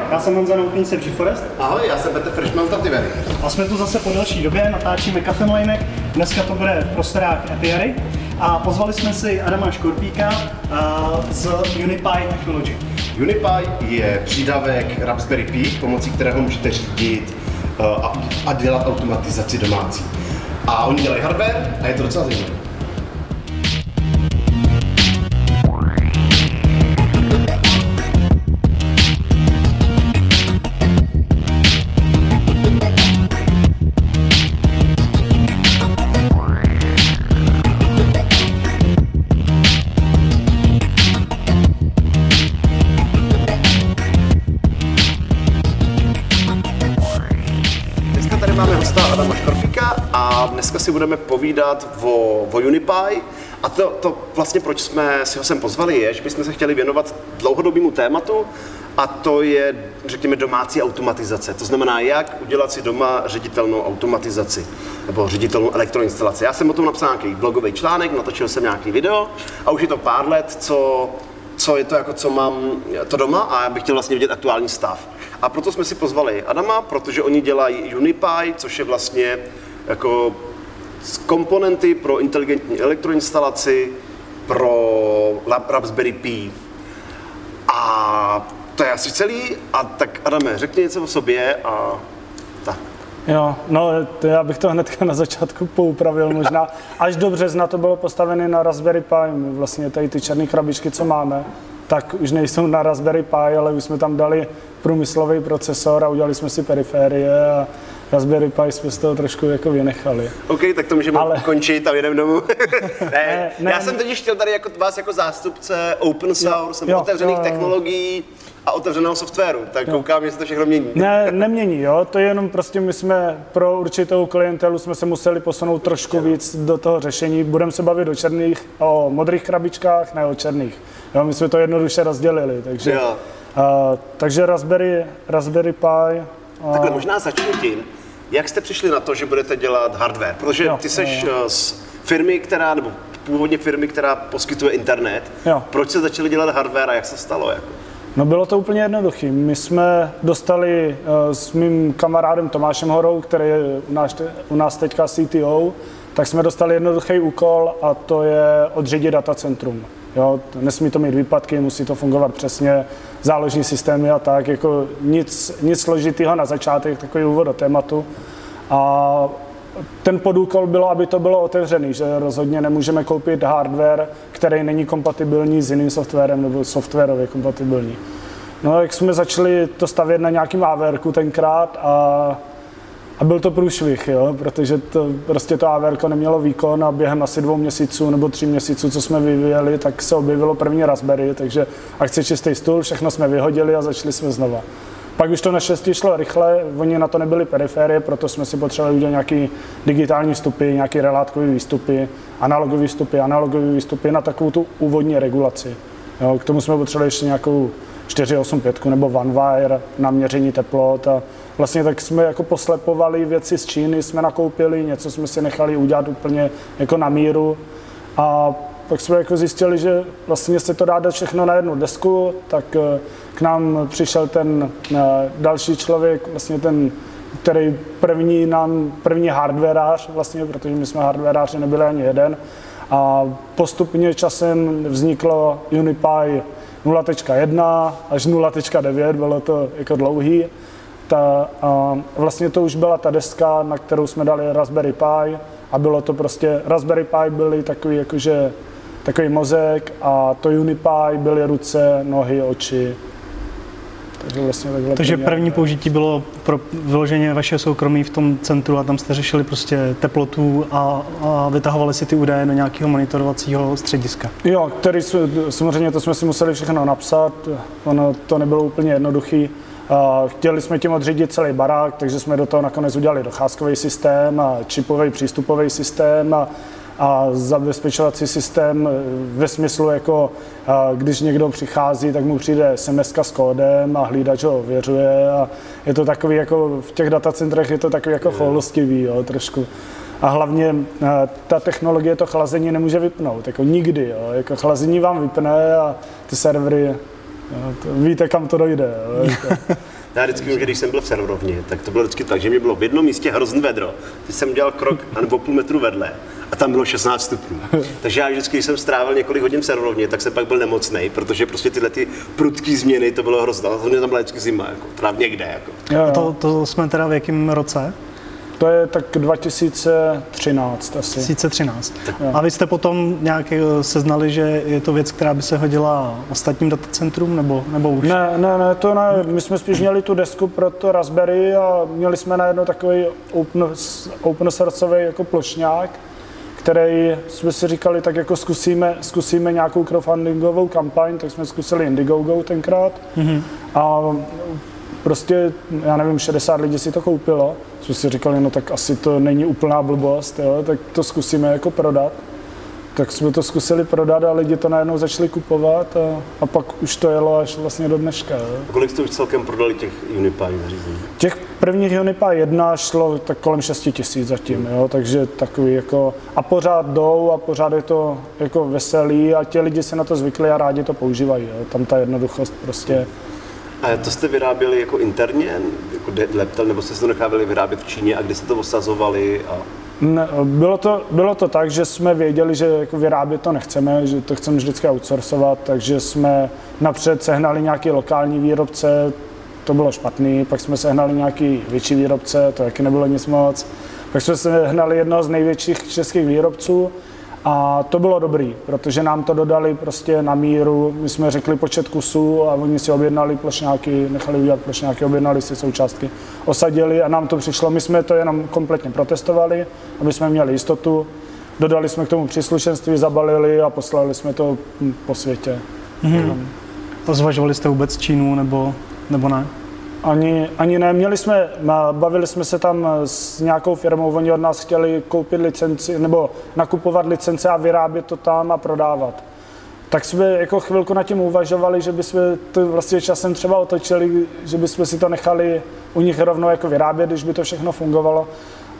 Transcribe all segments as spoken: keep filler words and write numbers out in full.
já jsem Honza Noutnice v GeForest. Ahoj, já jsem Petr Freshman z Dativery. A jsme tu zase po delší době, natáčíme Kafemlejnek, dneska to bude v prostorách Apiary. A pozvali jsme si Adama Škorpíka uh, z UniPi Technology. UniPi je přídavek Raspberry Pi, pomocí kterého můžete řídit uh, a, a dělat automatizaci domácí. A oni dělají hardware a je to docela zajímavé. Máme hosta Adama Škorpíka a dneska si budeme povídat o, o UniPi. A to, to vlastně, proč jsme si ho sem pozvali, je, že bychom se chtěli věnovat dlouhodobému tématu, a to je, řekněme, domácí automatizace. To znamená, jak udělat si doma ředitelnou automatizaci nebo ředitelnou elektroinstalaci. Já jsem o tom napsal nějaký blogový článek, natočil jsem nějaký video a už je to pár let, co, co je to, jako co mám to doma, a já bych chtěl vlastně vidět aktuální stav. A proto jsme si pozvali Adama, protože oni dělají UniPi, což je vlastně jako komponenty pro inteligentní elektroinstalaci pro Raspberry Pi. A to je asi celý. A tak Adame, řekni něco o sobě a tak. Jo, no to já bych to hnedka na začátku poupravil možná. Až do března to bylo postavené na Raspberry Pi, vlastně tady ty černé krabičky, co máme, tak už nejsou na Raspberry Pi, ale už jsme tam dali průmyslový procesor a udělali jsme si periférie a Raspberry Pi jsme z toho trošku jako vynechali. OK, tak to můžeme ale... ukončit a jedeme domů. ne, ne, ne, já jsem totiž chtěl tady jako vás jako zástupce open source, jo, otevřených jo, technologií a otevřeného softwaru, tak jo. Koukám, jestli to všechno mění. Ne, nemění, jo, to je jenom prostě my jsme pro určitou klientelu jsme se museli posunout trošku víc do toho řešení. Budeme se bavit o černých, o modrých krabičkách, ne o černých. Jo, my jsme to jednoduše rozdělili, takže, jo. uh, takže Raspberry, Raspberry Pi. Uh, Takhle možná začnu tím, jak jste přišli na to, že budete dělat hardware, protože jo, ty seš jo. z firmy, která, nebo původně firmy, která poskytuje internet. Jo. Proč se začali dělat hardware a jak se stalo? Jako? No bylo to úplně jednoduché. My jsme dostali uh, s mým kamarádem Tomášem Horou, který je u nás, u nás teďka C T O, tak jsme dostali jednoduchý úkol, a to je odřídit datacentrum. Jo, nesmí to mít výpadky, musí to fungovat přesně, záložní systémy a tak, jako nic, nic složitýho na začátek, takový úvod do tématu. A ten podúkol bylo, aby to bylo otevřený, že rozhodně nemůžeme koupit hardware, který není kompatibilní s jiným softwarem nebo softwarově kompatibilní. No, jak jsme začali to stavět na nějakým á vé erku tenkrát a A byl to průšvih, jo, protože to, prostě to á vé erko nemělo výkon a během asi dvou měsíců nebo tří měsíců, co jsme vyvíjeli, tak se objevilo první Raspberry, takže akci čistý stůl, všechno jsme vyhodili a začali jsme znova. Pak už to naštěstí šlo rychle, oni na to nebyly periférie, proto jsme si potřebovali udělat nějaký digitální vstupy, nějaký relátkový výstupy, analogový výstupy, analogový výstupy na takovou tu úvodní regulaci. Jo, k tomu jsme potřebovali ještě nějakou čtyři osm pět nebo OneWire na měření teplot a vlastně tak jsme jako poslepovali věci z Číny, jsme nakoupili, něco jsme si nechali udělat úplně jako na míru a pak jsme jako zjistili, že vlastně se to dá dát všechno na jednu desku, tak k nám přišel ten další člověk, vlastně ten, který první nám, první hardwareář vlastně, protože my jsme hardwareáři nebyli ani jeden a postupně časem vzniklo UniPi nula tečka jedna až nula tečka devět, bylo to jako dlouhý. Ta, a vlastně to už byla ta deska, na kterou jsme dali Raspberry Pi a bylo to prostě, Raspberry Pi byly takový jakože, takový mozek a to UniPi byly ruce, nohy, oči. Takže vlastně takhle. Takže první použití bylo pro vyloženě vaše soukromí v tom centru a tam jste řešili prostě teplotu a, a vytahovali si ty údaje do nějakého monitorovacího střediska. Jo, který samozřejmě to jsme si museli všechno napsat, ono to nebylo úplně jednoduchý. Chtěli jsme tím odřídit celý barák, takže jsme do toho nakonec udělali docházkový systém a čipový přístupový systém a, a zabezpečovací systém ve smyslu, jako když někdo přichází, tak mu přijde es em eska s kódem a hlídač ho ověřuje a je to takový jako v těch datacentrech je to takový jako choulostivý, jo, trošku. A hlavně ta technologie to chlazení nemůže vypnout, jako nikdy, jo, jako chlazení vám vypne a ty servery Jo, to, víte, kam to dojde. Jo, Já vždycky vím, že když jsem byl v serverovně, tak to bylo vždycky tak, že mě bylo v jednom místě hrozný vedro. Teď jsem dělal krok nebo půl metru vedle a tam bylo šestnáct stupňů. Takže já vždycky, když jsem strávil několik hodin v serverovně, tak jsem pak byl nemocnej, protože prostě tyhle ty prudké změny, to bylo hrozné. To mě tam byla vždycky zima, jako, teda někde. Jako. jo, jo. A to, to jsme teda v jakém roce? To je tak dva tisíce třináct asi. dva tisíce třináct. A vy jste potom nějak se znali, že je to věc, která by se hodila ostatním datacentrům, nebo, nebo už? Ne, ne, ne, to ne. My jsme spíš měli tu desku pro to Raspberry a měli jsme najednou takový open, open sourceový jako plošňák, který jsme si říkali, tak jako zkusíme, zkusíme nějakou crowdfundingovou kampaň, tak jsme zkusili Indiegogo tenkrát. Mm-hmm. A prostě, já nevím, šedesát lidí si to koupilo. Jsme si říkali, no tak asi to není úplná blbost, jo, tak to zkusíme jako prodat. Tak jsme to zkusili prodat a lidi to najednou začali kupovat a, a pak už to jelo až vlastně do dneška. Jo. A kolik jste už celkem prodali těch Unipy zařízení? Těch prvních Unipy jedna šlo tak kolem šest tisíc zatím, jo, takže takový jako, a pořád jdou a pořád je to jako veselý a ti lidi se na to zvykli a rádi to používají, jo. Tam ta jednoduchost prostě. A to jste vyráběli jako interně, jako leptel, nebo jste se to nechávali vyrábět v Číně a kde jste to osazovali? A... Ne, bylo, to, bylo to tak, že jsme věděli, že jako vyrábět to nechceme, že to chceme vždycky outsourcovat, takže jsme napřed sehnali nějaký lokální výrobce, to bylo špatný, pak jsme sehnali nějaký větší výrobce, to taky nebylo nic moc, pak jsme sehnali jednoho z největších českých výrobců a to bylo dobrý, protože nám to dodali prostě na míru, my jsme řekli počet kusů a oni si objednali plošňáky, nechali udělat plošňáky, objednali si součástky, osadili a nám to přišlo, my jsme to jenom kompletně protestovali, aby jsme měli jistotu, dodali jsme k tomu příslušenství, zabalili a poslali jsme to po světě. Mm-hmm. A zvažovali jste vůbec Čínu nebo, nebo ne? Ani, ani ne, měli jsme, bavili jsme se tam s nějakou firmou, oni od nás chtěli koupit licenci, nebo nakupovat licence a vyrábět to tam a prodávat. Tak jsme jako chvilku nad tím uvažovali, že bychom to vlastně časem třeba otočili, že bychom si to nechali u nich rovnou jako vyrábět, když by to všechno fungovalo.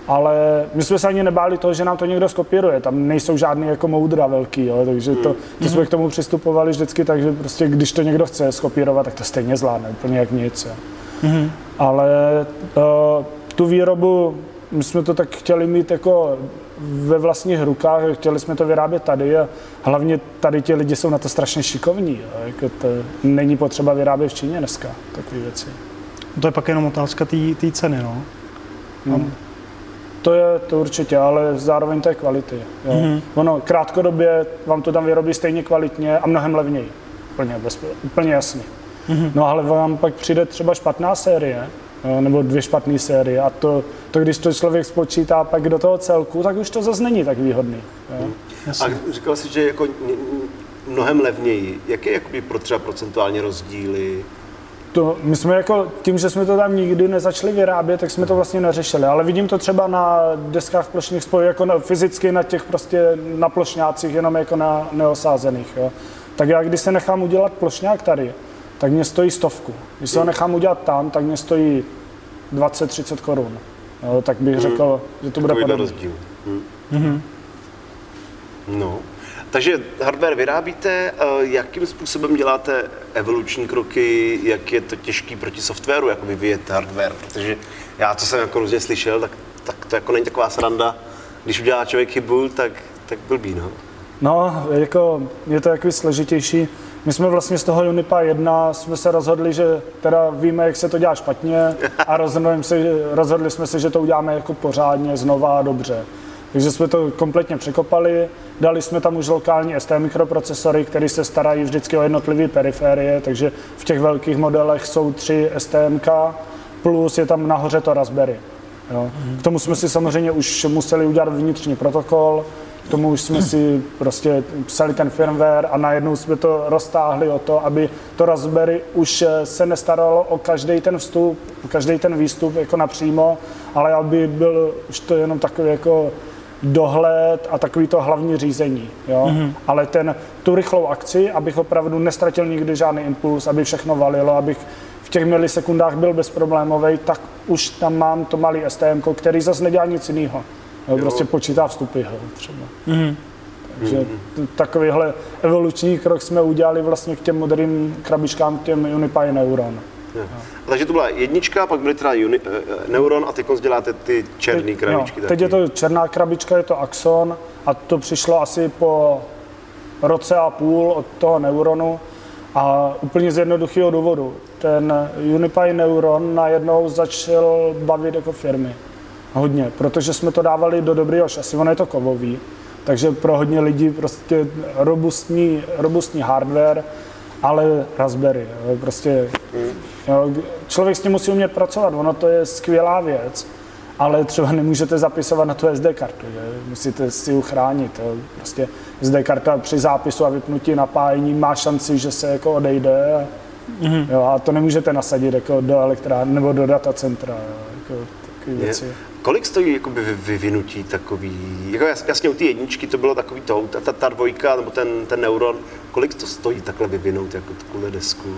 Ale my jsme se ani nebáli toho, že nám to někdo skopíruje, tam nejsou žádný jako moudra velký, jo, takže to, to jsme k tomu přistupovali vždycky tak, že prostě když to někdo chce skopírovat, tak to stejně zvládne, úplně jak nic. Jo. Mm-hmm. Ale uh, tu výrobu, my jsme to tak chtěli mít jako ve vlastních rukách, chtěli jsme to vyrábět tady a hlavně tady ti lidi jsou na to strašně šikovní, jo, jako to není potřeba vyrábět v Číně dneska, takové věci. To je pak jenom otázka té ceny, no. Hmm. To je to určitě, ale zároveň to je kvality. Jo. Mm-hmm. Ono krátkodobě vám to tam vyrobí stejně kvalitně a mnohem levněji. Úplně, bez, úplně jasně. Mm-hmm. No ale vám pak přijde třeba špatná série, jo, nebo dvě špatné série a to, to, když to člověk spočítá pak do toho celku, tak už to zase není tak výhodný. Jo. A říkal jsi, že jako mnohem levněji. Jaké je pro třeba procentuální rozdíly? To, my jsme jako, tím, že jsme to tam nikdy nezačali vyrábět, tak jsme to vlastně neřešili, ale vidím to třeba na deskách plošných spojů, jako na, fyzicky na těch prostě na plošňácích, jenom jako na neosázených, jo. Tak já, když se nechám udělat plošňák tady, tak mě stojí stovku. Když se ho nechám udělat tam, tak mě stojí dvacet třicet korun. Jo, tak bych řekl, že to bude podobné. rozdíl. Hmm. Mm-hmm. No. Takže hardware vyrábíte, jakým způsobem děláte evoluční kroky, jak je to těžký proti softwaru, jako vyvíjet hardware, protože já, co jsem jako různě slyšel, tak, tak to jako není taková sranda, když udělá člověk chybu, tak, tak blbý, no. No, jako je to takový složitější. My jsme vlastně z toho Unipy jedna jsme se rozhodli, že teda víme, jak se to dělá špatně a rozhodli, se, rozhodli jsme se, že to uděláme jako pořádně, znova a dobře. Takže jsme to kompletně překopali, dali jsme tam už lokální S T mikroprocesory, které se starají vždycky o jednotlivé periférie, takže v těch velkých modelech jsou tři S T M K, plus je tam nahoře to Raspberry. Jo. K tomu jsme si samozřejmě už museli udělat vnitřní protokol, k tomu už jsme si prostě psali ten firmware a najednou jsme to roztáhli o to, aby to Raspberry už se nestaralo o každý ten vstup, o každý ten výstup jako napřímo, ale aby byl už to jenom takový jako dohled a takový to hlavní řízení, jo. Mm-hmm. Ale ten, tu rychlou akci, abych opravdu nestratil nikdy žádný impuls, aby všechno valilo, abych v těch milisekundách byl bezproblémový, tak už tam mám to malý S T M, který zase nedělá nic jiného. Jo, prostě počítá vstupy, jo, třeba. Mm-hmm. Takže t- takovýhle evoluční krok jsme udělali vlastně k těm moderním krabičkám, k těm Unipy Neuron. No. Takže to byla jednička, pak byly teda uni, Neuron a teď děláte ty černé krabičky. Jo, teď je to černá krabička, je to Axon a to přišlo asi po roce a půl od toho Neuronu a úplně z jednoduchého důvodu. Ten Unipy Neuron najednou začal bavit jako firmy. Hodně, protože jsme to dávali do dobrého šasi, ono je to kovový, takže pro hodně lidí prostě robustní, robustní hardware, ale Raspberry, prostě jo, člověk s tím musí umět pracovat, ono to je skvělá věc, ale třeba nemůžete zapisovat na tu S D kartu, že? Musíte si ji chránit, jo? Prostě S D karta při zápisu a vypnutí napájení má šanci, že se jako odejde a, mm-hmm. jo, a to nemůžete nasadit jako do elektrárny nebo do datacentra, jo? Jako takové věci. Kolik stojí jakoby vyvinutí takový, jako jasně u té jedničky to bylo takový to, ta, ta, ta dvojka nebo ten, ten Neuron, kolik to stojí takhle vyvinout jako takovou desku?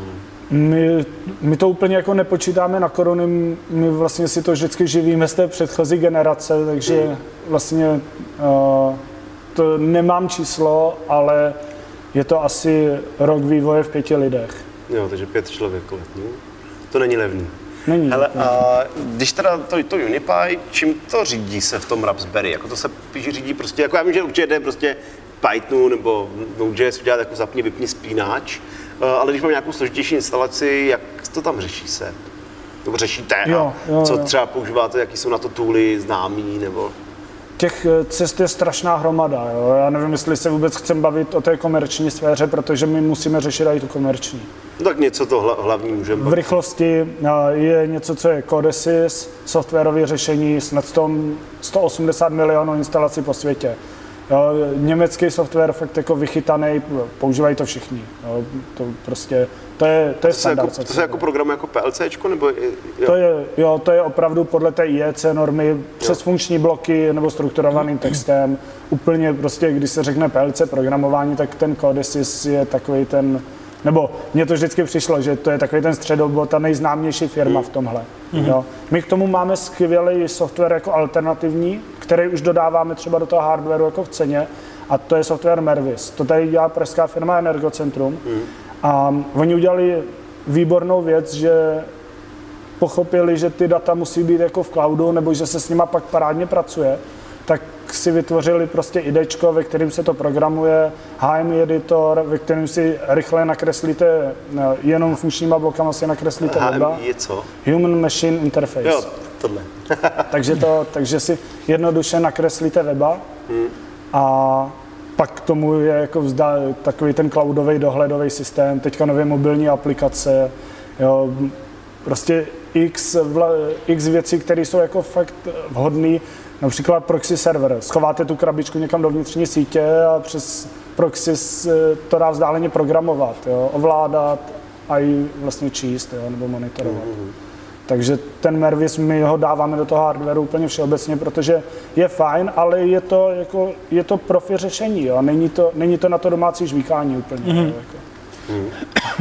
My, my to úplně jako nepočítáme na koruny, my vlastně si to vždycky živíme z té předchozí generace, takže hmm. vlastně uh, to nemám číslo, ale je to asi rok vývoje v pěti lidech. Jo, takže pět člověk letní. To není levný. Není. Hele, a když teda to, to Unipy, čím to řídí se v tom Raspberry? Jako to se řídí prostě, jako já vím, že určitě jde prostě Pythonu nebo Node.js udělat jako zapni, vypni spínač, ale když mám nějakou složitější instalaci, jak to tam řeší se? Nebo řešíte? Jo, jo, co jo. třeba používáte, jaký jsou na to tooly známý, nebo... Těch cest je strašná hromada, jo. Já nevím, jestli se vůbec chcem bavit o té komerční sféře, protože my musíme řešit i tu komerční. No tak něco to hla, hlavní můžeme. V rychlosti je něco, co je Codesys, softwarové řešení, snad sto osmdesát milionů instalací po světě. Jo, německý software fakt jako vychytaný, používají to všichni. Jo, to prostě, to je, to je to standard. Jako, to se jako program jako PLCčko, nebo... Jo? To je, jo, to je opravdu podle té I E C normy, přes jo. funkční bloky nebo strukturovaným textem. Úplně prostě, když se řekne P L C programování, tak ten Codesys je takový ten, nebo mně to vždycky přišlo, že to je takový ten středobod, ta nejznámější firma v tomhle. Mm-hmm. Jo. My k tomu máme skvělý software jako alternativní, který už dodáváme třeba do toho hardwareu jako v ceně, a to je software Mervis. To tady dělá pražská firma Energocentrum. Mm. A oni udělali výbornou věc, že pochopili, že ty data musí být jako v cloudu, nebo že se s nima pak parádně pracuje, tak si vytvořili prostě idečko, ve kterém se to programuje, H M I editor, ve kterém si rychle nakreslíte, jenom funkčníma blokama si nakreslíte weba. H M I je co? Human Machine Interface. Jo, tohle. takže, to, takže si jednoduše nakreslíte weba hmm. a pak k tomu je jako vzda, takový ten cloudový dohledový systém, teďka nově mobilní aplikace, jo, prostě x, vla, x věcí, které jsou jako fakt vhodné. Například proxy server. Schováte tu krabičku někam do vnitřní sítě a přes proxy to dá vzdáleně programovat, jo, ovládat a i vlastně číst, jo, nebo monitorovat. Mm-hmm. Takže ten Mervis, my ho dáváme do toho hardwareu úplně všeobecně, protože je fajn, ale je to, jako, je to profi řešení, jo. Není to, není to na to domácí žvíkání úplně. Mm-hmm. Jo, jako. Mm.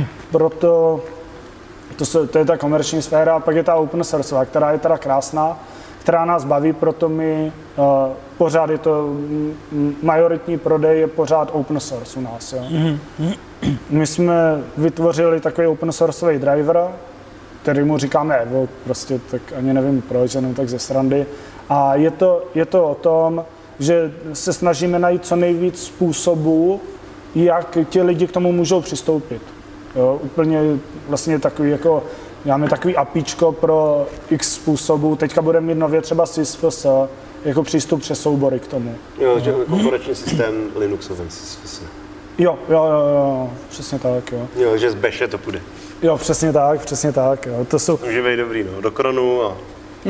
Proto to, se, to je ta komerční sféra, a pak je ta open source, která je teda krásná, která nás baví, proto my uh, pořád je to, m, majoritní prodej je pořád open source u nás. Jo. Mm-hmm. My jsme vytvořili takový open sourceový driver, který mu říkáme Evo, prostě tak ani nevím proč, jenom tak ze srandy. A je to, je to o tom, že se snažíme najít co nejvíc způsobů, jak ti lidi k tomu můžou přistoupit. Jo, úplně vlastně takový jako, máme takový apíčko pro x způsobů, teďka budeme mít nově třeba sysfs, jako přístup přes soubory k tomu. Jo, že korporační systém Linuxový sysfs. Jo, jo, jo, jo, přesně tak, jo. Jo, že z Bashe to půjde. Jo, přesně tak, přesně tak, jo. To jsou... Živej dobrý, no, do kronu a...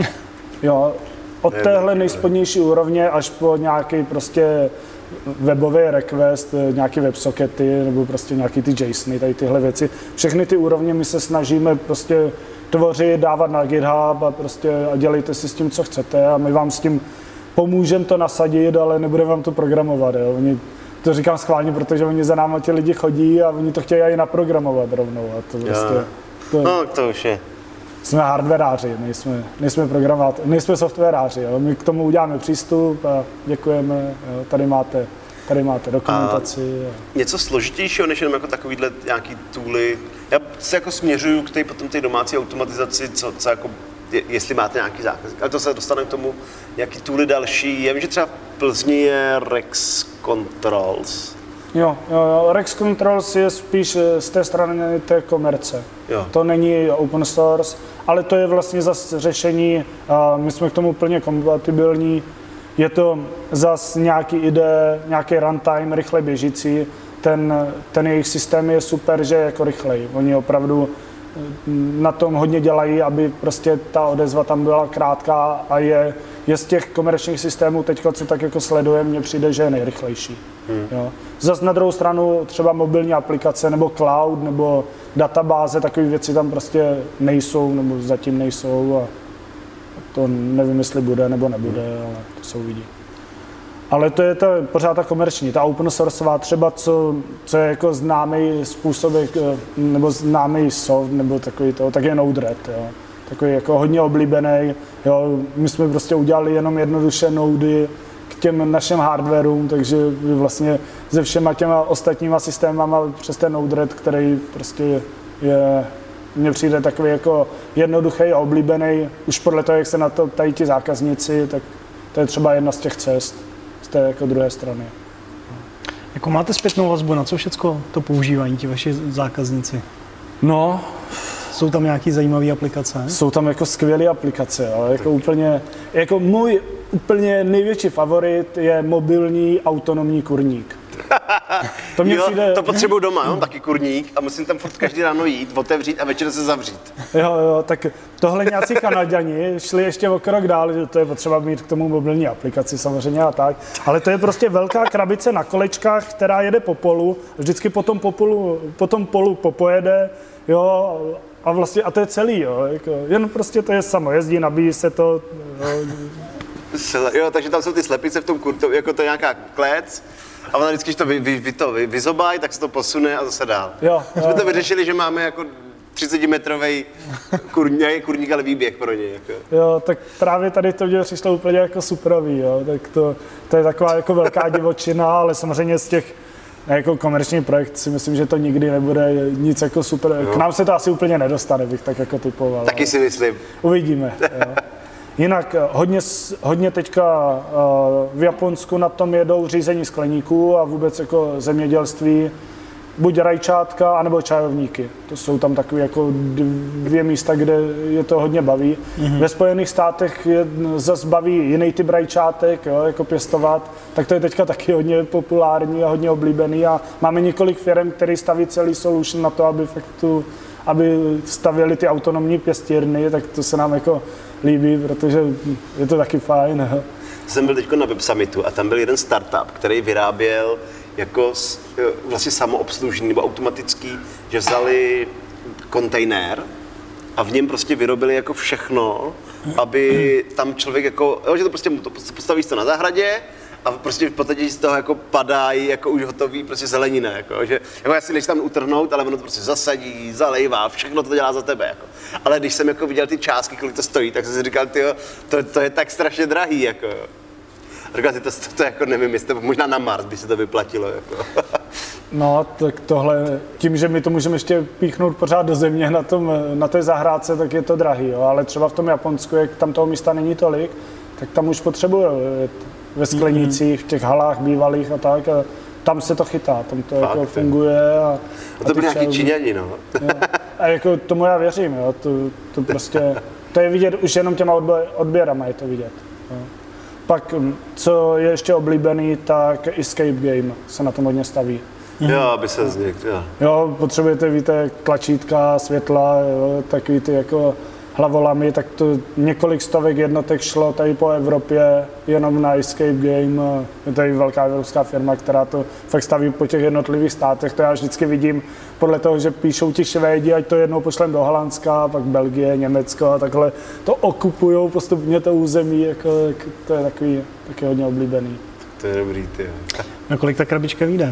Jo, od téhle nejspodnější úrovně až po nějaký prostě webový request, nějaký websockety nebo prostě nějaký ty JSONy, tady tyhle věci. Všechny ty úrovně my se snažíme prostě tvořit, dávat na GitHub a prostě a dělejte si s tím, co chcete a my vám s tím pomůžeme to nasadit, ale nebudeme vám to programovat, jo. Oni, to říkám schválně, protože oni za náma ti lidi chodí a oni to chtějí i naprogramovat rovnou a to prostě... To, no, to už je. Jsme hardwareáři, nejsme, nejsme programátoři, nejsme softwareáři, jo. My k tomu uděláme přístup a děkujeme, jo. Tady máte tady máte dokumentaci. A... Něco složitějšího, než jenom jako takovýhle nějaký tooly. Já se jako směřuju k té potom té domácí automatizaci, co, co jako, je, jestli máte nějaký zákaz. Ale to se dostane k tomu, jaký tooly další. Já vím, že třeba v Plzni je Rex Controls. Jo, jo, Rex Controls je spíš z té strany té komerce. Jo. To není open source, ale to je vlastně zase řešení, a my jsme k tomu plně kompatibilní. Je to zase nějaký ide, nějaký runtime, rychle běžící. Ten, ten jejich systém je super, že je jako rychlej. Oni opravdu na tom hodně dělají, aby prostě ta odezva tam byla krátká a je, je z těch komerčních systémů teďka, co tak jako sledujeme, mně přijde, že je nejrychlejší. Hmm. Jo. Zas na druhou stranu třeba mobilní aplikace nebo cloud nebo databáze, takové věci tam prostě nejsou nebo zatím nejsou a to nevím, jestli bude nebo nebude, ale to se uvidí. Ale to je ta, pořád ta komerční, ta open sourceová třeba, co, co je jako známý způsob, nebo známý soft, nebo takový to, tak je Node-RED, jo. Takový jako hodně oblíbený, jo. My jsme prostě udělali jenom jednoduše nody k těm našim hardwareům, takže vy vlastně se všema těma ostatníma systémama přes ten Node-RED, který prostě je, mně přijde takový jako jednoduchý a oblíbený, už podle toho, jak se na to ptají ti zákazníci, tak to je třeba jedna z těch cest. Z té jako druhé strany. Jako máte zpětnou vazbu, na co všechno to používají ti vaši zákazníci? No, jsou tam nějaké zajímavé aplikace? Jsou tam jako skvělé aplikace, ale jako úplně, jako můj úplně největší favorit je mobilní autonomní kurník. To mě jo, přijde... to potřebuji doma, jo? Taky kurník a musím tam furt každý ráno jít, otevřít a večer se zavřít. Jo, jo, tak tohle nějací Kanaďani šli ještě o krok dál, že to je potřeba mít k tomu mobilní aplikaci samozřejmě a tak, ale to je prostě velká krabice na kolečkách, která jede po polu, vždycky po tom, po polu, po tom polu popojede, jo, a vlastně, a to je celý, jo, jako, jen prostě to je samo, jezdí, nabíjí se to, jo. Jo, takže tam jsou ty slepice v tom kurtu, jako to je nějaká klec. A ona vždycky, když to, vy, vy, vy to vy, vyzobaj, tak se to posune a zase dál. Jo, jo, jsme to vyřešili, že máme jako třicetimetrový kurník, kurník, ale výběh pro něj. Jako. Jo, tak právě tady to mě přišlo úplně jako superový, jo. Tak to, to je taková jako velká divočina, ale samozřejmě z těch jako komerční projekt si myslím, že to nikdy nebude nic jako super. Jo. K nám se to asi úplně nedostane, bych tak jako typoval. Taky si myslím. Uvidíme. Jo. Jinak hodně, hodně teďka v Japonsku na tom jedou řízení skleníků a vůbec jako zemědělství, buď rajčátka, anebo čajovníky. To jsou tam takové jako dvě místa, kde je to hodně baví. Mm-hmm. Ve Spojených státech je zase baví jiný typ rajčátek, jo, jako pěstovat, tak to je teďka taky hodně populární a hodně oblíbený a máme několik firm, které staví celý solution na to, aby fakt tu, aby stavěli ty autonomní pěstírny, tak to se nám jako líbí, protože je to taky fajn. Jo. Jsem byl teď na Web Summitu a tam byl jeden startup, který vyráběl jako vlastně samoobslužný nebo automatický, že vzali kontejner a v něm prostě vyrobili jako všechno, aby tam člověk jako, jo, že to prostě to postavíš to na zahradě a prostě v podstatě z toho jako padají jako už hotový prostě zelenina, jako, že jako já si nechci tam utrhnout, ale ono to prostě zasadí, zalejvá, všechno to dělá za tebe, jako. Ale když jsem jako viděl ty částky, kolik to stojí, tak jsem si říkal, tyjo, to, to je tak strašně drahý, jako. Říkal si, to, to, to jako nevím, jestli to, možná na Mars by se to vyplatilo, jako. No, tak tohle, tím, že my to můžeme ještě píchnout pořád do země na, tom, na té zahrádce, tak je to drahý, jo. Ale třeba v tom Japonsku, jak tam toho místa není tolik, tak tam už potřebuje ve sklenících, v těch halách bývalých a tak. A tam se to chytá, tam to Fakt, jako funguje. A, a to byly nějaký Číňani, no. A jako tomu já věřím, jo. To, to prostě, to je vidět už jenom těma odběrama, je to vidět. Jo. Pak, co je ještě oblíbený, tak Escape Game se na tom hodně staví. Jo, aby se zněk, jo. Jo, potřebujete, víte, tlačítka, světla, jo, takový ty jako hlavolamy, tak to několik stovek jednotek šlo tady po Evropě jenom na Escape Game. Je tady velká evropská firma, která to fakt staví po těch jednotlivých státech. To já vždycky vidím podle toho, že píšou ti Švédi, ať to jednou pošlem do Holandska, pak Belgie, Německo a takhle to okupujou postupně to území, jako, to je takový, taky hodně oblíbený. To je dobrý, ty. Na kolik ta krabička vyjde?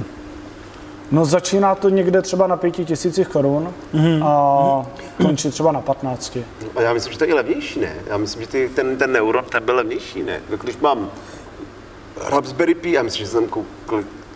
No začíná to někde třeba na pěti tisících korun mm-hmm. a končí třeba na patnácti. A já myslím, že to je levnější, ne? Já myslím, že ty, ten, ten Neuron ten byl levnější, ne? Když mám Raspberry Pi, já myslím, že jsem koukl,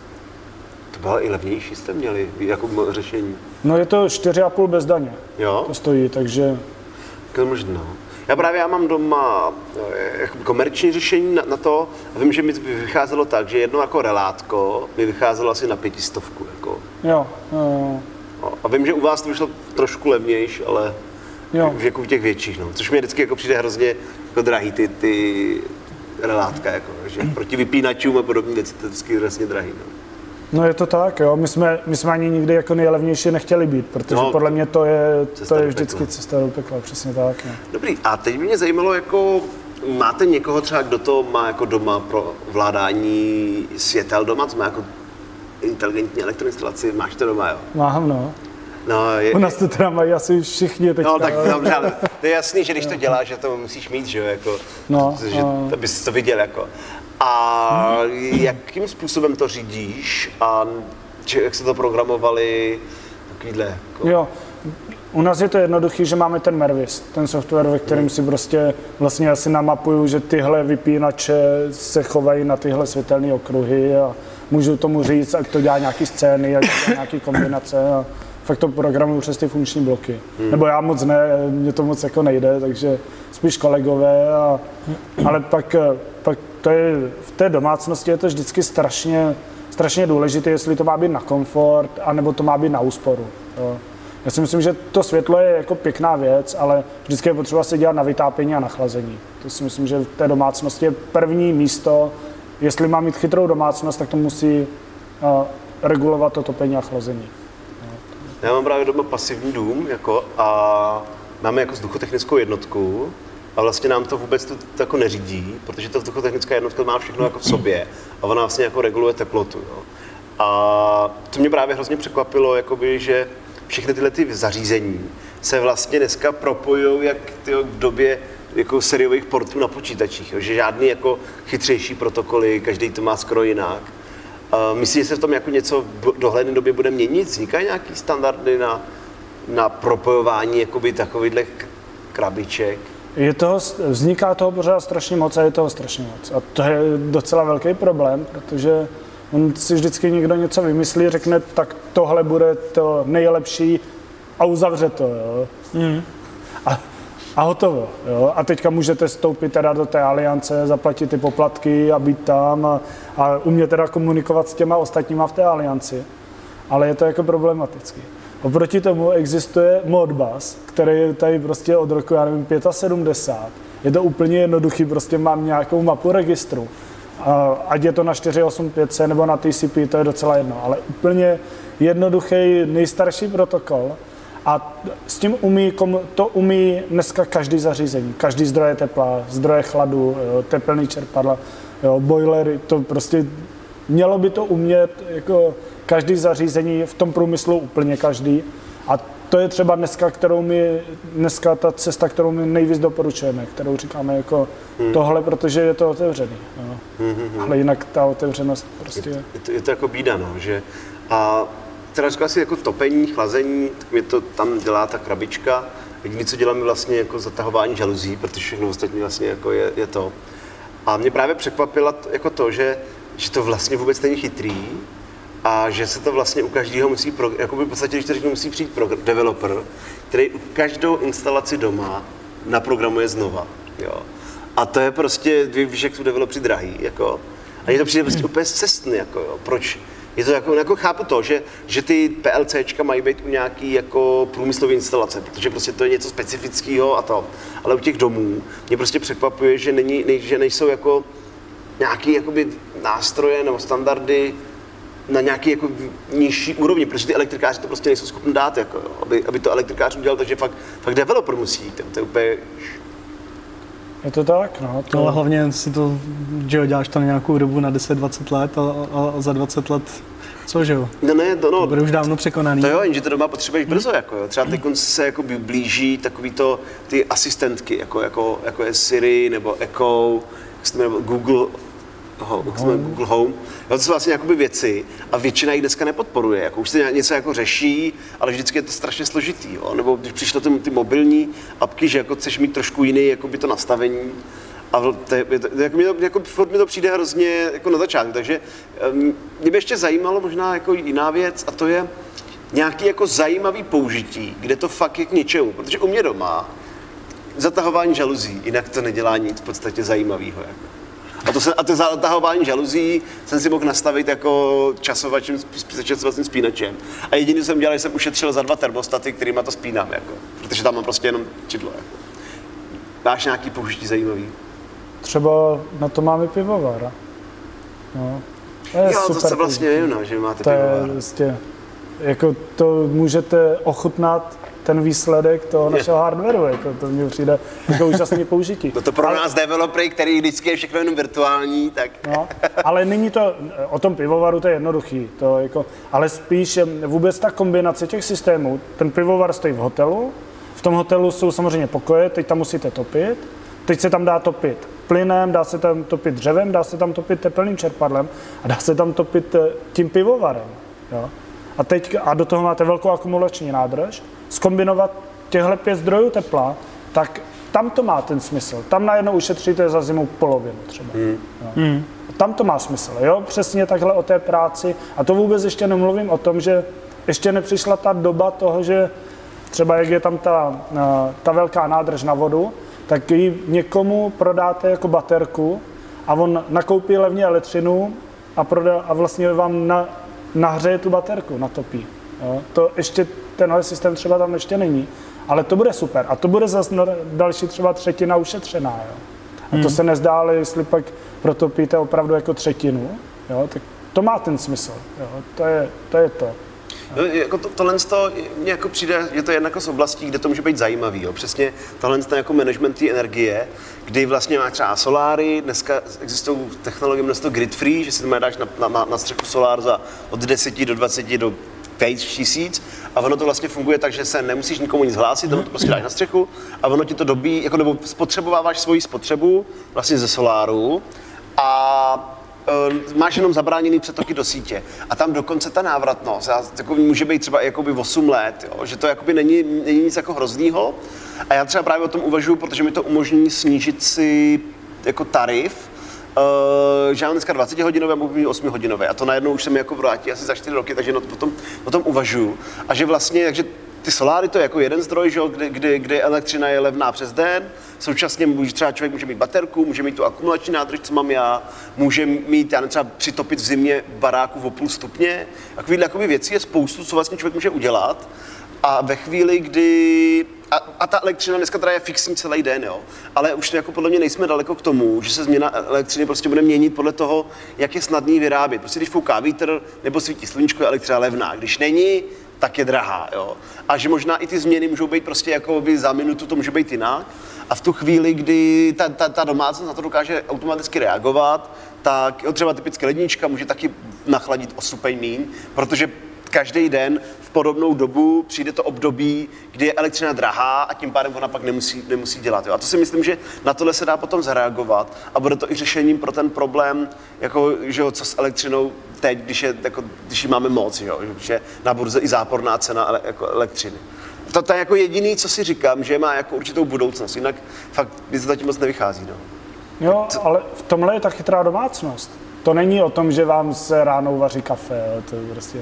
třeba i levnější jste měli jako řešení. No je to čtyři a půl bez daně. Jo? To stojí, takže... To možná. Já právě já mám doma jako komerční řešení na, na to a vím, že mi vycházelo tak, že jedno jako relátko mi vycházelo asi na pětistovku. Jako. Jo, jo. A vím, že u vás to vyšlo trošku levnější, ale jo. Jako u těch větších, no. Což mi vždycky jako přijde hrozně jako drahý, ty, ty relátka, jako, že proti vypínačům a podobně věci, to je vždycky hrozně drahý. No. No je to tak, jo. My jsme, my jsme ani nikdy jako nejlevnější nechtěli být, protože no, podle mě to je, to je vždycky pekla. Cesta do pekla, přesně tak. Jo. Dobrý, a teď by mě zajímalo, jako máte někoho třeba, kdo to má jako doma pro ovládání světel doma, co má jako inteligentní elektroinstalaci, máš to doma, jo? Mám, no. No, je, u nás to teda mají asi všichni teďka. No tak dobře, ale to je jasný, že když to děláš, že to musíš mít, že jo, jako, no, že, no. abys to viděl, jako. A jakým způsobem to řídíš a či, jak se to programovali, takovýhle, jako. Jo, u nás je to jednoduchý, že máme ten Mervis, ten software, ve kterém si prostě vlastně asi namapuju, že tyhle vypínače se chovají na tyhle světelné okruhy a můžu tomu říct, ať to dělá nějaký scény, ať to dělá nějaký kombinace a fakt to programuju přes ty funkční bloky. Hmm. Nebo já moc ne, mně to moc jako nejde, takže spíš kolegové, a, ale pak, pak to je, v té domácnosti je to vždycky strašně, strašně důležité, jestli to má být na komfort, anebo to má být na úsporu. Jo. Já si myslím, že to světlo je jako pěkná věc, ale vždycky je potřeba se dělat na vytápění a na chlazení. To si myslím, že v té domácnosti je první místo. Jestli má mít chytrou domácnost, tak to musí uh, regulovat to topení a chlazení. Já mám právě doma pasivní dům jako, a máme jako vzduchotechnickou jednotku a vlastně nám to vůbec to, to jako neřídí, protože ta vzduchotechnická jednotka má všechno jako v sobě a ona vlastně jako reguluje teplotu. Jo. A to mě právě hrozně překvapilo, jakoby, že všechny tyhle ty zařízení se vlastně dneska propojují jak tyjo, v době jako sériových portů na počítačích, jo, že žádný jako chytřejší protokoly, každý to má skoro jinak. Uh, myslíte, že se v tom jako něco v dohledné době bude měnit? Vznikají nějaký standardy na, na propojování jakoby takovýchhle krabiček? Je toho, vzniká toho pořád strašně moc a je toho strašně moc. A to je docela velký problém, protože on si vždycky někdo něco vymyslí, řekne, tak tohle bude to nejlepší a uzavře to. Jo. Mm. A, a hotovo. Jo. A teďka můžete vstoupit teda do té aliance, zaplatit ty poplatky a být tam a, a umět teda komunikovat s těma ostatníma v té alianci. Ale je to jako problematický. Oproti tomu existuje Modbus, který je tady prostě od roku, já nevím, sedmdesát pět. Je to úplně jednoduchý, prostě mám nějakou mapu registru. Ať je to na čtyři osm pět nebo na T C P, to je docela jedno, ale úplně jednoduchý, nejstarší protokol a s tím umí, to umí dneska každý zařízení, každý zdroje tepla, zdroje chladu, jo, tepelný čerpadla, jo, boilery, to prostě mělo by to umět jako každý zařízení v tom průmyslu, úplně každý. A to je třeba dneska, kterou my, dneska ta cesta, kterou my nejvíc doporučujeme, kterou říkáme jako hmm. tohle, protože je to otevřený. Jo. Hmm, hmm. Ale jinak ta otevřenost prostě je. Je to, je to jako bída, no, že a teda říkala si jako topení, chlazení, tak mě to tam dělá ta krabička. Jediné, co děláme vlastně jako zatahování žaluzí, protože všechno ostatní vlastně jako je, je to. A mě právě překvapilo jako to, že, že to vlastně vůbec není chytrý, a že se to vlastně u každého musí, pro, jakoby v podstatě, když to řeknu, musí přijít pro developer, který každou instalaci doma naprogramuje znova, jo. A to je prostě, víš, jak jsou developři drahý, jako. A mně to přijde prostě úplně scestný, jako jo. Proč? Je to jako, jako chápu to, že, že ty PLCčka mají být u nějaký jako průmyslové instalace, protože prostě to je něco specifického a to. Ale u těch domů mě prostě překvapuje, že, není, nej, že nejsou jako nějaký jakoby nástroje nebo standardy na nějaký jako nižší úrovni, protože ty elektrikáři to prostě nejsou schopni dát, jako, aby, aby to elektrikář udělal, takže fakt, fakt developer musí jít, to je úplně... Je to tak, no. To... Ale hlavně si to, že jo, děláš to na nějakou dobu na deset dvacet let a, a, a za dvacet let, co, že jo? No ne, to no. To bude už dávno překonaný. To jo, jenže to doma potřebuješ brzo, jako jo. Třeba teď se jako blíží takový to, ty asistentky, jako, jako, jako je Siri nebo Echo, jak se to jmenuje, Google, Ho, Google Home. Jo, to jsou vlastně jakoby věci a většina jich dneska nepodporuje. Jako, už se něco jako řeší, ale vždycky je to strašně složitý. Jo. Nebo když přišlo ty, ty mobilní apky, že jako chceš mít trošku jiný jakoby to nastavení A to, je, to, jako, mi to, jako, furt mi to přijde hrozně jako na začátku, takže um, mě by ještě zajímalo možná jako jiná věc a to je nějaký jako zajímavý použití, kde to fakt je k něčemu, protože u mě doma zatahování žaluzí, jinak to nedělá nic v podstatě zajímavého. Jako. A to, se, a to zatahování žaluzí jsem si mohl nastavit jako časovačím, časovacím spínačem. A jediný, co jsem dělal, jsem ušetřil za dva termostaty, kterýma to spínám, jako, protože tam mám prostě jenom čidlo. Jako. Máš nějaký použití zajímavý? Třeba na to máme pivovar. No. To je jo, super to se vlastně nevím, že máte to pivovar. Je vlastně, jako to můžete ochutnat ten výsledek toho našeho hardwareu, jako to mně přijde jako úžasné použití. No to pro ale, nás developery, který vždycky je všechno jenom virtuální, tak... No, ale není to, o tom pivovaru to je jednoduchý, to jako, ale spíš vůbec ta kombinace těch systémů, ten pivovar stojí v hotelu, v tom hotelu jsou samozřejmě pokoje, teď tam musíte topit, teď se tam dá topit plynem, dá se tam topit dřevem, dá se tam topit tepelným čerpadlem a dá se tam topit tím pivovarem. Jo? A, teď, a do toho máte velkou akumulační nádrž, zkombinovat těchto pět zdrojů tepla, tak tam to má ten smysl. Tam najednou ušetříte za zimu polovinu třeba. Mm. Mm. Tam to má smysl, jo? Přesně takhle o té práci. A to vůbec ještě nemluvím o tom, že ještě nepřišla ta doba toho, že třeba jak je tam ta, ta velká nádrž na vodu, tak ji někomu prodáte jako baterku a on nakoupí levně elektřinu a, prodá, a vlastně vám na, nahřeje tu baterku, natopí. Jo? To ještě, tenhle systém třeba tam ještě není, ale to bude super a to bude zase další třeba třetina ušetřená. Jo? A to hmm. se nezdá, ale jestli pak protopíte opravdu jako třetinu, jo? Tak to má ten smysl. Jo? To je to. Je to. No, jako to, tohle mně jako přijde, je to jedna z oblastí, kde to může být zajímavý. Jo. Přesně tohle jako management té energie, kdy vlastně má třeba soláry, dneska existují technologie množstvo grid free, že si tam dáš na, na, na střechu solár za od deseti do dvaceti do pět tisíc a ono to vlastně funguje tak, že se nemusíš nikomu nic hlásit, ono to prostě dáš na střechu a ono ti to dobí, jako nebo spotřebováváš svoji spotřebu vlastně ze soláru a máš jenom zabráněný přetoky do sítě. A tam dokonce ta návratnost jako může být třeba jakoby osm let, jo? Že to jakoby není, není nic jako hroznýho. A já třeba právě o tom uvažuji, protože mi to umožní snížit si jako tarif, uh, že mám dneska dvacetihodinové a mohu mít osmihodinové. A to najednou už se mi jako vrátí asi za čtyři roky, takže o tom, o tom uvažuji. A že vlastně, takže ty soláry to je jako jeden zdroj, že, kde, kde, kde elektřina je levná přes den, současně může, třeba člověk může mít baterku, může mít tu akumulační nádrž, co mám já, může mít, já nevím, třeba přitopit v zimě baráku o půl stupně. Takovýhle jakoby věcí je spoustu, co vlastně člověk může udělat. A ve chvíli, kdy... A, a ta elektřina dneska teda je fixní celý den, jo. Ale už jako podle mě nejsme daleko k tomu, že se změna elektřiny prostě bude měnit podle toho, jak je snadný vyrábět. Prostě když fouká vítr nebo svítí sluníčko, je elektřina levná. Když není, tak je drahá, jo. A že možná i ty změny můžou být prostě jako by za minutu, to může být jinak. A v tu chvíli, kdy ta, ta, ta domácnost na to dokáže automaticky reagovat, tak jo, třeba typicky lednička může taky nachladit o stupeň míň, protože každý den v podobnou dobu přijde to období, kdy je elektřina drahá a tím pádem ona pak nemusí, nemusí dělat. Jo. A to si myslím, že na tohle se dá potom zareagovat a bude to i řešením pro ten problém, jako, že jo, co s elektřinou teď, když, je, jako, když ji máme moc, jo, že je na burze i záporná cena ele, jako elektřiny. To, to je jako jediný, co si říkám, že má jako určitou budoucnost, jinak fakt mi to zatím moc nevychází. No. Jo, ale v tomhle je ta chytrá domácnost. To není o tom, že vám se ráno vaří kafe, jo, to je prostě...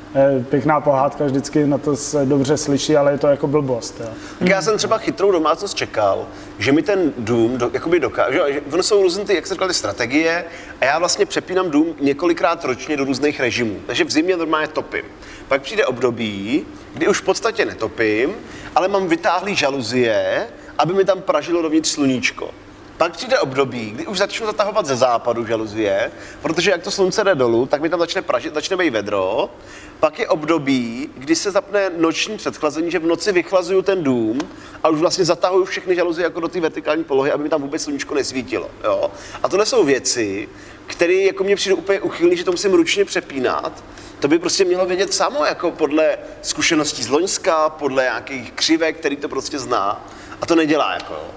Pěkná pohádka, vždycky na to se dobře slyší, ale je to jako blbost. Jo. Já jsem třeba chytrou domácnost čekal, že mi ten dům do, jakoby dokáže, že ono jsou různé ty, jak se říkali, ty strategie a já vlastně přepínám dům několikrát ročně do různých režimů. Takže v zimě normálně topím. Pak přijde období, kdy už v podstatě netopím, ale mám vytáhlý žaluzie, aby mi tam pražilo dovnitř sluníčko. Pak přijde období, kdy už začnu zatahovat ze západu žaluzie, protože jak to slunce jde dolů, tak mi tam začne pražit, začne být vedro. Pak je období, kdy se zapne noční předchlazení, že v noci vychlazuju ten dům a už vlastně zatahuju všechny žaluzie jako do té vertikální polohy, aby mi tam vůbec sluníčko nesvítilo. Jo? A tohle jsou věci, které jako mně přijde úplně uchylný, že to musím ručně přepínat. To by prostě mělo vědět samo, jako podle zkušeností z loňska, podle nějakých křivek, který to prostě zná. A to nedělá, jako jo.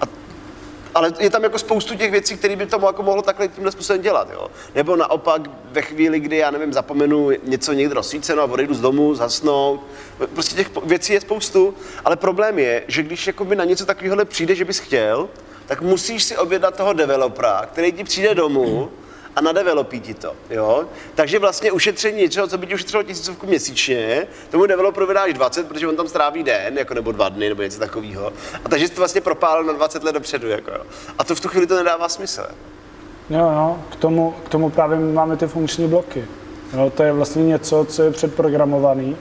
Ale je tam jako spoustu těch věcí, které by to jako mohlo takhle tímhle způsobem dělat, jo. Nebo naopak ve chvíli, kdy, já nevím, zapomenu něco někde rozsvíceno a odejdu z domu, zasnout. Prostě těch věcí je spoustu, ale problém je, že když jakoby na něco takového přijde, že bys chtěl, tak musíš si objednat toho developera, který ti přijde domů a nadevelopí ti to, jo. Takže vlastně ušetření něčeho, co by ti ušetřilo tisícovku měsíčně, tomu developerovi dáš dvacet, protože on tam stráví den, jako nebo dva dny, nebo něco takového. A takže jsi to vlastně propálil na dvacet let dopředu, jako jo. A to v tu chvíli to nedává smysl. Jo, jo, k tomu, k tomu právě máme ty funkční bloky. Jo, to je vlastně něco, co je předprogramovaný.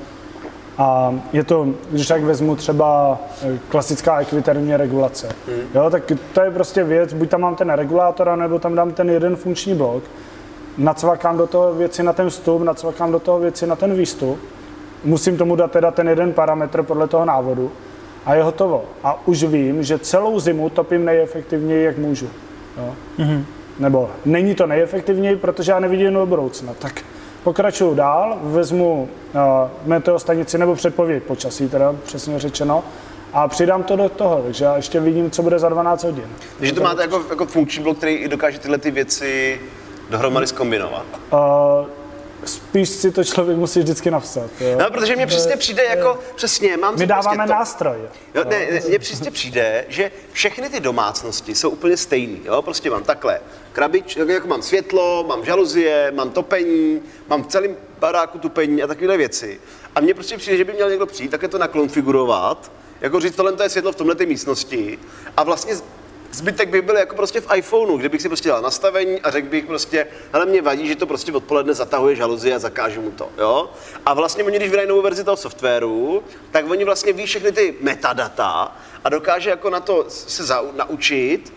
A je to, když tak vezmu třeba klasická ekviterní regulace. Hmm. Jo, tak to je prostě věc, buď tam mám ten regulátor, nebo tam dám ten jeden funkční blok, nacvakám do toho věci na ten vstup, nacvakám do toho věci na ten výstup, musím tomu dát teda ten jeden parametr podle toho návodu a je hotovo. A už vím, že celou zimu topím nejefektivněji, jak můžu. Jo. Hmm. Nebo není to nejefektivněji, protože já nevidím do budoucna. Tak pokračuju dál, vezmu uh, meteostanici nebo předpověď počasí, teda přesně řečeno, a přidám to do toho, takže já ještě vidím, co bude za dvanáct hodin. Takže to máte jako, jako funkční blok, který dokáže tyhle ty věci dohromady zkombinovat? Uh, spíš si to člověk musí vždycky napsat. Jo. No, protože mně přesně přijde jako, přesně, mám... My dáváme prostě to, nástroj. Jo, ne, mně přesně přijde, že všechny ty domácnosti jsou úplně stejný, jo, prostě mám takhle krabič, jako mám světlo, mám žaluzie, mám topení, mám v celém baráku topení a takovéhle věci. A mně prostě přijde, že by měl někdo přijít, takhle to nakonfigurovat, jako říct, tohle to je světlo v tomhle místnosti a vlastně zbytek by byl jako prostě v iPhoneu, kde bych si prostě dal nastavení a řekl bych prostě, hele, mě vadí, že to prostě odpoledne zatahuje žaluzie a zakážu mu to, jo? A vlastně oni, když vydají novou verzi toho softwaru, tak oni vlastně ví všechny ty metadata a dokáže jako na to se zau, naučit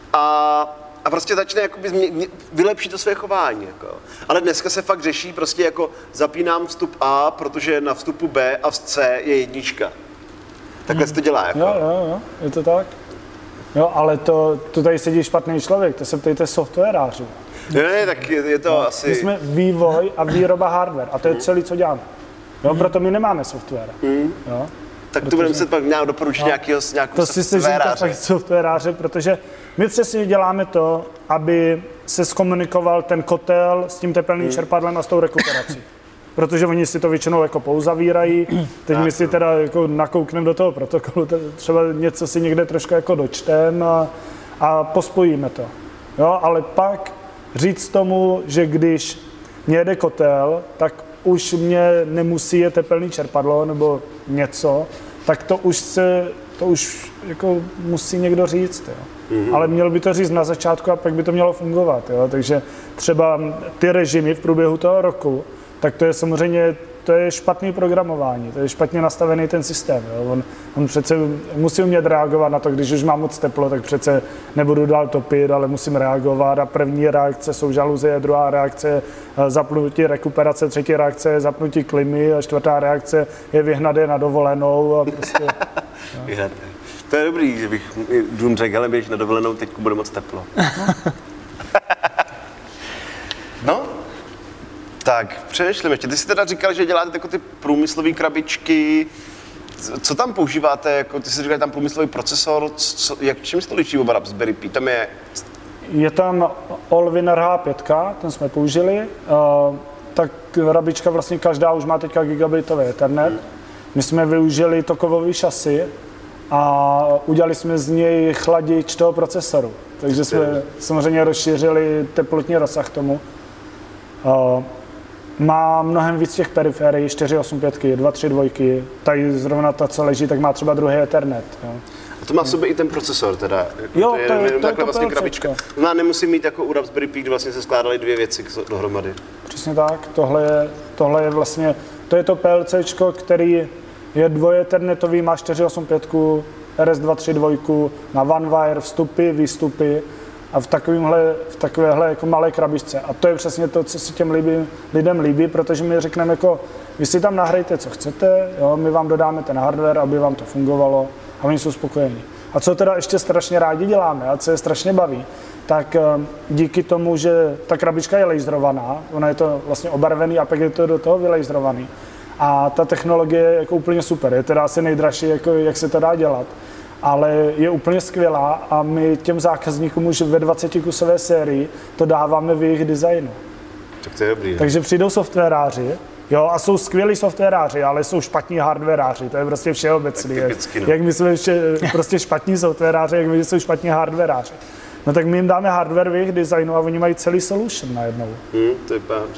a a prostě začne jakoby změ, vylepšit to své chování. Jako. Ale dneska se fakt řeší prostě jako zapínám vstup A, protože na vstupu B a v C je jednička. Takhle se to dělá. Jako. Jo, jo, jo, je to tak. Jo, ale to, to tady sedí špatný člověk, to se ptejte softwarářů. Ne, ne, tak je, je to no, asi... My jsme vývoj a výroba hardware a to je celé, co děláme. Jo, proto my nemáme software. Mm. Jo. Tak protože, to budeme se pak nějak doporučit no, nějakého To si sežijte fakt softwaráře, protože my přesně děláme to, aby se zkomunikoval ten kotel s tím tepelným hmm. čerpadlem a s tou rekuperací. Protože oni si to většinou jako pouzavírají, teď my si teda jako nakoukneme do toho protokolu, třeba něco si někde trošku jako dočtem a, a pospojíme to. Jo, ale pak říct tomu, že když mě jede kotel, tak už mě nemusí je tepelný čerpadlo nebo něco, tak to už se, to už jako musí někdo říct, jo. Mm-hmm. Ale měl by to říct na začátku a pak by to mělo fungovat, jo. Takže třeba ty režimy v průběhu toho roku, tak to je samozřejmě, to je špatný programování, to je špatně nastavený ten systém, jo. On, on přece musí umět reagovat na to, když už mám moc teplo, tak přece nebudu dál topit, ale musím reagovat a první reakce jsou žaluzie, druhá reakce je zapnutí rekuperace, třetí reakce je zapnutí klimy a čtvrtá reakce je vyhnat je na dovolenou a prostě... No. To je dobrý, že bych dům řekl, ale běž na dovolenou, teď bude moc teplo. No, tak přešli ještě. Ty jsi teda říkal, že děláte jako ty průmyslové krabičky. Co tam používáte? Jako, ty jsi říkal, že tam průmyslový procesor. Co, jak, čím se to liší od Raspberry Pi? Tam je... Je tam Allwinner H pět, ten jsme použili. Uh, tak krabička vlastně každá už má teďka gigabitový Ethernet. Hmm. My jsme využili to kovový šasy a udělali jsme z něj chladič toho procesoru. Takže jsme hmm. samozřejmě rozšířili teplotní rozsah tomu. Uh, má mnohem víc těch periferií, čtyři osm pět, dva tři dva, tady zrovna ta, co leží, tak má třeba druhý Ethernet. Jo. A to má v sobě i ten procesor teda? Jako jo, to je, to je, to je to vlastně krabička. No, nemusím mít jako u Raspberry Pi, kdy vlastně se skládaly dvě věci dohromady. Přesně tak, tohle je, tohle je vlastně, to je to PLCčko, který je dvojethernetový, má čtyři osm pět, R S dva tři dva, na OneWire vstupy, výstupy a v takovémhle, v takovéhle jako malé krabičce. A to je přesně to, co se těm líbí, lidem líbí, protože my řekneme jako, vy si tam nahrajte, co chcete, jo, my vám dodáme ten hardware, aby vám to fungovalo a oni jsou spokojení. A co teda ještě strašně rádi děláme a co je strašně baví, tak díky tomu, že ta krabička je laserovaná, ona je to vlastně obarvený a pak je to do toho vylejzrovaný. A ta technologie je jako úplně super, je teda asi nejdražší, jako jak se to dá dělat, ale je úplně skvělá a my těm zákazníkům už ve dvacetikusové sérii to dáváme v jejich designu. Tak to je dobrý. Takže přijdou softwaráři, Jo, a jsou skvělí softwaráři, ale jsou špatní hardwaráři, to je prostě všeobecný. Jak, no. jak my jsme vše, prostě špatní softwaráři, jak my jsou špatní hardwaráři. No tak my jim dáme hardware v jejich designu a oni mají celý solution najednou. Hmm, to je dobře.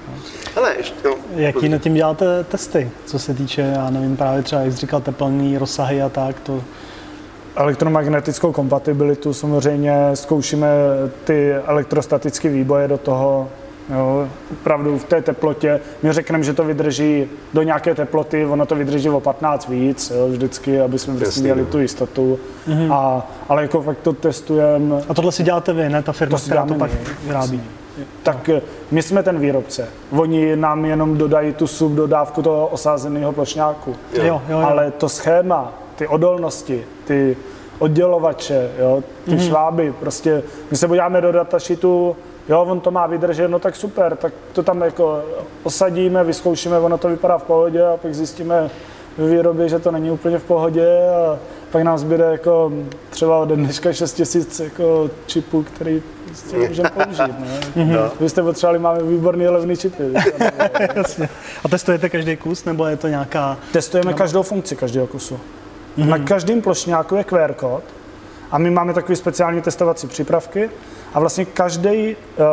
Hele, ještě, no, jaký nad tím děláte testy, co se týče, já nevím, právě třeba, jak jsi říkal, teplný rozsahy a tak, to... Elektromagnetickou kompatibilitu samozřejmě zkoušíme ty elektrostatické výboje do toho, jo, opravdu v té teplotě. My řekneme, že to vydrží do nějaké teploty, ono to vydrží o patnáct víc, jo, vždycky, aby jsme vlastně měli tu jistotu. Mm-hmm. A, ale jako fakt to testujeme. A tohle si děláte vy, ne ta firma, to která to pak my, vyrábí? Tak my jsme ten výrobce. Oni nám jenom dodají tu subdodávku toho osázeného plošňáku. Jo, jo, jo. Ale to schéma, ty odolnosti, ty oddělovače, jo, ty mm-hmm. šváby, prostě my se podíváme do datasheetu, jo, on to má vydržet, no tak super, tak to tam jako osadíme, vyzkoušíme, ono to vypadá v pohodě a pak zjistíme v výrobě, že to není úplně v pohodě a pak nám zbyde jako třeba ode dneška šest tisíc jako čipů, který prostě můžeme použít, ne? Mm-hmm. Vy jste potřebovali, máme výborný levný čipy. Jasně. A testujete každý kus, nebo je to nějaká... Testujeme každou funkci každého kusu. Mm-hmm. Na každém plošňáku je Q R kód a my máme takový speciální testovací přípravky a vlastně každý,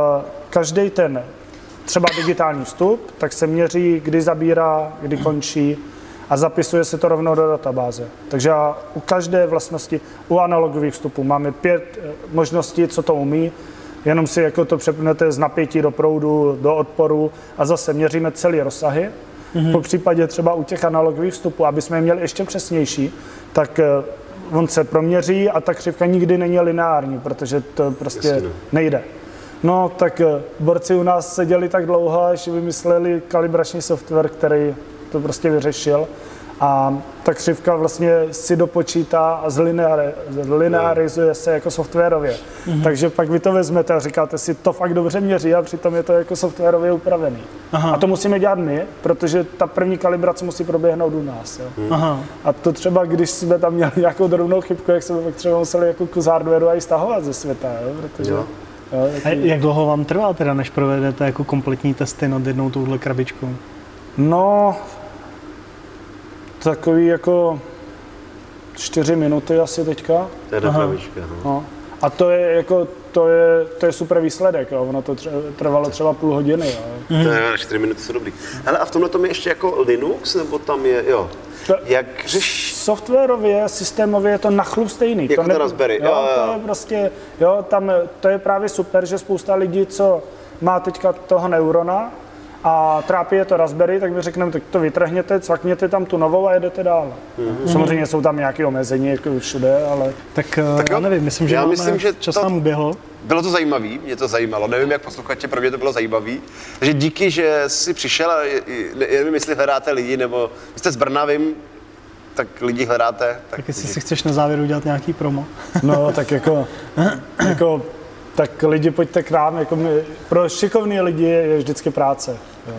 každý ten třeba digitální vstup, tak se měří, kdy zabírá, kdy končí a zapisuje se to rovnou do databáze. Takže u každé vlastnosti, u analogových vstupů máme pět možností, co to umí, jenom si jako to přepnete z napětí do proudu, do odporu a zase měříme celý rozsahy. Mm-hmm. Po případě třeba u těch analogových vstupů, aby jsme je měli ještě přesnější, tak on se proměří a ta křivka nikdy není lineární, protože to prostě Jasně. nejde. No tak borci u nás seděli tak dlouho, až vymysleli kalibrační software, který to prostě vyřešil. A ta křivka vlastně si dopočítá a zlinearizuje se jako softwarově. Mm-hmm. Takže pak vy to vezmete a říkáte si, to fakt dobře měří a přitom je to jako softwarově upravený. Aha. A to musíme dělat my, protože ta první kalibrace musí proběhnout u nás. Jo. Aha. A to třeba, když jsme tam měli nějakou drobnou chybku, jak jsme pak třeba museli jako kus hardwareu i stahovat ze světa. Jo, protože, jo. Jo, a jak dlouho vám trvá teda, než provedete jako kompletní testy nad jednou touhle krabičkou? No, takový jako čtyři minuty asi teďka. To je krabička, no. no. A to je jako, to je, to je super výsledek, jo. Ono to trvalo třeba půl hodiny. Jo. Mm. To je čtyři minuty jsou dobrý. Hele, a v tomhle tom je ještě jako Linux, nebo tam je, jo? To, jak řeš... Softwarově, systémově je to na chlup stejný. Jako to ne, Raspberry, jo, jo, jo. To je prostě, jo, tam, to je právě super, že spousta lidí, co má teďka toho neurona, a trápí je to Raspberry, tak my řekneme, tak to vytrhněte, cvakněte tam tu novou a jedete dál. Mm-hmm. Samozřejmě jsou tam nějaké omezení, jako všude, ale... Tak, tak já nevím, myslím, že, já myslím, že čas to, nám uběhl. Bylo to zajímavý, mě to zajímalo, nevím jak posluchače, pro mě to bylo zajímavý. Takže díky, že jsi přišel a nevím, jestli hledáte lidi, nebo jste z Brna, vím, tak lidi hledáte. Tak, tak jestli si chceš na závěr udělat nějaký promo. No, tak jako... jako tak lidi, pojďte k nám, jako my, pro šikovný lidi je vždycky práce. Jo.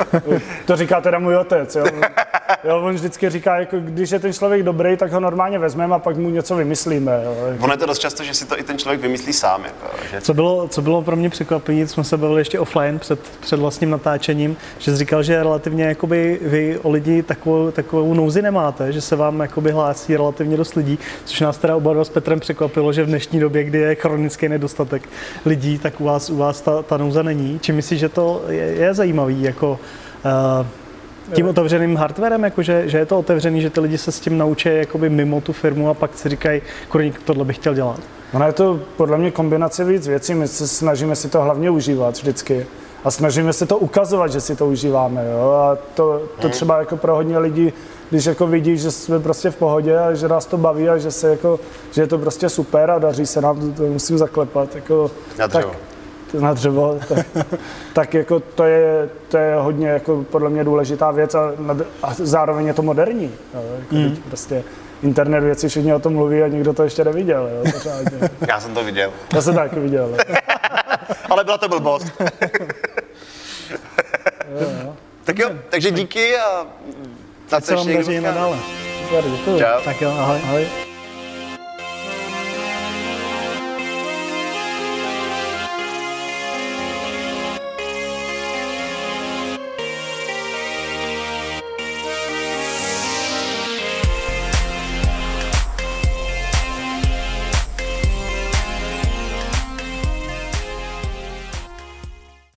To říká teda můj otec, jo. Jo, on vždycky říká, jako když je ten člověk dobrý, tak ho normálně vezmeme a pak mu něco vymyslíme. Jo. Ono je to dost často, že si to i ten člověk vymyslí sám. Jako, že... Co bylo, co bylo pro mě překvapení, jsme se bavili ještě offline před, před vlastním natáčením, že jsi říkal, že relativně jakoby vy o lidi takovou, takovou nouzi nemáte, že se vám jakoby hlásí relativně dost lidí, což nás teda oba dva s Petrem překvapilo, že v dnešní době, kdy je chronický nedostatek lidí, tak u vás, u vás ta, ta nouze není. Či myslíš, že to je, je zajímavý, jako Uh, tím otevřeným hardwarem, jakože, že je to otevřený, že ty lidi se s tím naučí jakoby mimo tu firmu a pak si říkají, kurník, tohle bych chtěl dělat. Ono je to podle mě kombinace víc věcí, my se snažíme si to hlavně užívat vždycky a snažíme se to ukazovat, že si to užíváme, jo? A to, to třeba jako pro hodně lidí, když jako vidí, že jsme prostě v pohodě a že nás to baví a že, se jako, že je to prostě super a daří se nám, to, to musím zaklepat. Jako, na dřevo. Tak, na dřevo, tak, tak jako to je, to je hodně jako podle mě důležitá věc a, a zároveň je to moderní. Jo, jako mm. prostě internet věci, všichni o tom mluví a nikdo to ještě neviděl. Jo, pořádně. Já jsem to viděl. Já jsem taky viděl. Ale byla to blbost. jo, jo. Tak jo, takže díky a tak se vám daří nadále. Super, děkuji. Čau. Tak jo, ahoj. ahoj.